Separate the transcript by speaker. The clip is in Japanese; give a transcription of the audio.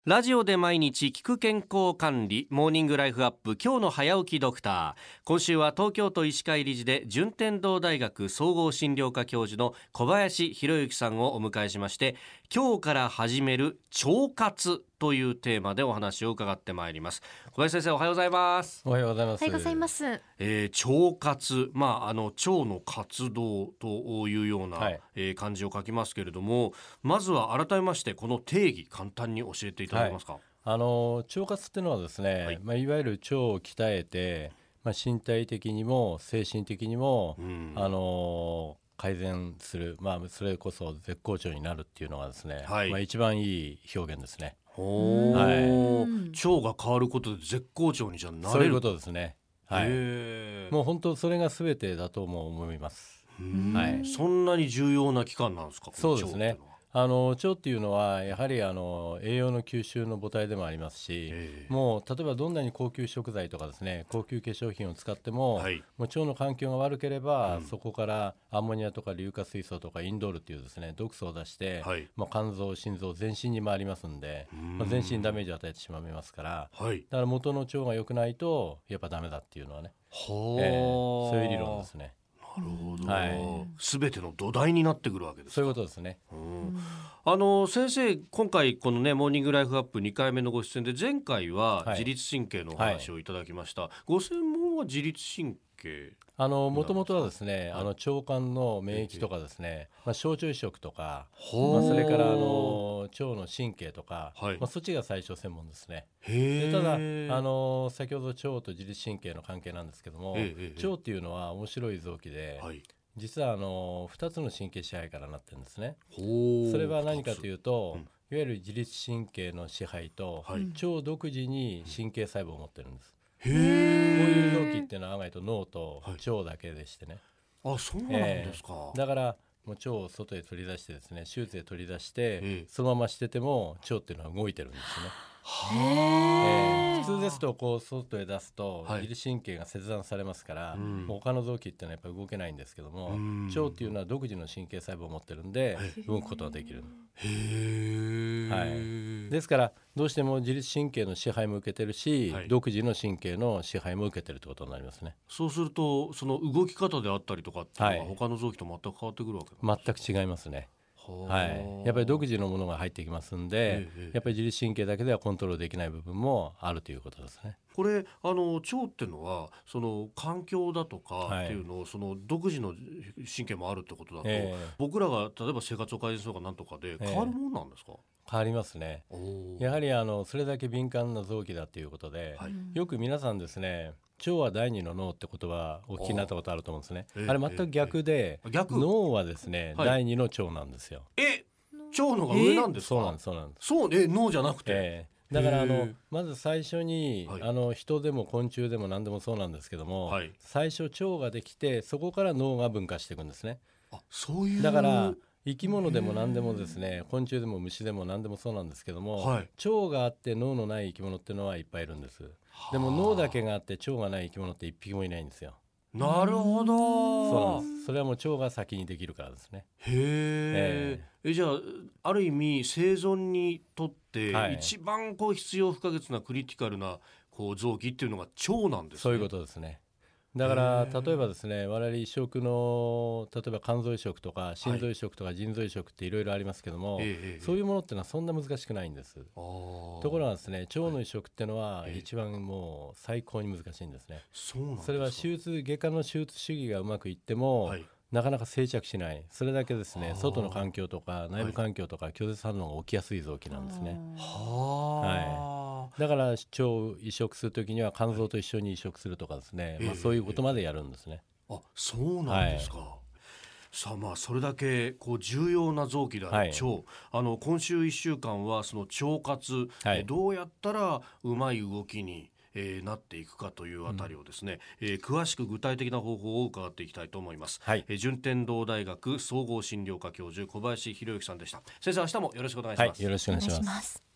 Speaker 1: ラジオで毎日聞く健康管理モーニングライフアップ、今日の早起きドクター。今週は東京都医師会理事で順天堂大学総合診療科教授の小林博之さんをお迎えしまして、今日から始める腸活というテーマでお話を伺ってまいります。小林先生、おはようございます。
Speaker 2: おはようございます。
Speaker 3: おはようございます。
Speaker 1: 腸活、腸の活動というような、漢字を書きますけれども、まずは改めましてこの定義、簡単に教えていただけますか。
Speaker 2: 腸活っていうのはですね、いわゆる腸を鍛えて、身体的にも精神的にも、改善する、それこそ絶好調になるっていうのがですね、一番いい表現ですね。
Speaker 1: 腸が変わることで絶好調にじゃなれる。
Speaker 2: そういうことですね。もう本当それが全てだとも思います。
Speaker 1: そんなに重要な器官なんですか。
Speaker 2: そうですね。腸っていうのはやはり栄養の吸収の母体でもありますし、もう例えばどんなに高級食材とかですね、高級化粧品を使っても、もう腸の環境が悪ければ、そこからアンモニアとか硫化水素とかインドールっていうですね毒素を出して、肝臓心臓全身に回りますんで、全身にダメージを与えてしまいますから、だから元の腸が良くないとやっぱダメだっていうのはね、そういう理論ですね。
Speaker 1: なるほど、全ての土台になってくるわけですか。
Speaker 2: そういうことですね。
Speaker 1: 先生、今回このねモーニングライフアップ2回目のご出演で、前回は自律神経のお話をいただきました。ご専門は自律神経。
Speaker 2: もともとはですね、腸管の免疫とかですね、小腸移植とか、それから腸の神経とか、そっちが最初専門ですね。でただ先ほど腸と自律神経の関係なんですけども、腸っていうのは面白い臓器で、実は2つの神経支配からなってるんですね。それは何かというと、いわゆる自律神経の支配と、腸独自に神経細胞を持ってるんです。こういう臓器っていうのは案外と脳と腸だけでしてね。
Speaker 1: そうなんですか。
Speaker 2: だからもう腸を外へ取り出してですね、手術で取り出して、そのまましてても腸っていうのは動いてるんですね。普通ですとこう外へ出すと自律神経が切断されますから、他の臓器っていうのはやっぱり動けないんですけども、腸っていうのは独自の神経細胞を持ってるんで、動くことができる。ですからどうしても自律神経の支配も受けてるし、独自の神経の支配も受けてるってことになりますね。
Speaker 1: そうするとその動き方であったりとかっていうのは、他の臓器と全く変わってくるわけですか。
Speaker 2: 全く違いますね。やっぱり独自のものが入ってきますんで、やっぱり自律神経だけではコントロールできない部分もあるということですね。
Speaker 1: これ腸っていうのはその環境だとかっていうのを、その独自の神経もあるってことだと、僕らが例えば生活を改善するとかなんとかで変わるものなんですか。
Speaker 2: 変わりますね。やはりそれだけ敏感な臓器だということで、よく皆さんですね、腸は第二の脳って言葉お聞きになったことあると思うんですね。あれ全く逆で、脳はですね、第二の腸なんですよ。
Speaker 1: 腸のが上なんですか。
Speaker 2: そうなんです。
Speaker 1: 脳じゃなくて、
Speaker 2: だからまず最初に、人でも昆虫でも何でもそうなんですけども、最初腸ができて、そこから脳が分化していくんですね。
Speaker 1: そういう。
Speaker 2: だから生き物でも何でもですね、昆虫でも虫でも何でもそうなんですけども、腸があって脳のない生き物っていうのはいっぱいいるんです。でも脳だけがあって腸がない生き物って一匹もいないんですよ。
Speaker 1: なるほど。
Speaker 2: そうなんです。それはもう腸が先にできるからですね。
Speaker 1: じゃあある意味生存にとって一番必要不可欠なクリティカルな臓器っていうのが腸なんですね。
Speaker 2: そういうことですね。だから例えばですね、我々移植の例えば肝臓移植とか心臓移植とか腎臓移植っていろいろありますけども、そういうものってのはそんな難しくないんです。ところがですね、腸の移植ってのは一番もう最高に難しいんですね。それは外科の手術主義がうまくいっても、なかなか定着しない。それだけですね、外の環境とか内部環境とか拒絶反応が起きやすい臓器なんですね。だから腸を移植するときには肝臓と一緒に移植するとかですね、そういうことまでやるんですね。
Speaker 1: そうなんですか。さあそれだけ重要な臓器である腸、今週1週間はその腸活、どうやったらうまい動きになっていくかというあたりをですね、詳しく具体的な方法を伺っていきたいと思います。順天堂大学総合診療科教授小林博之さんでした。先生、明日もよろしくお願いします。
Speaker 2: よろしくお願いします。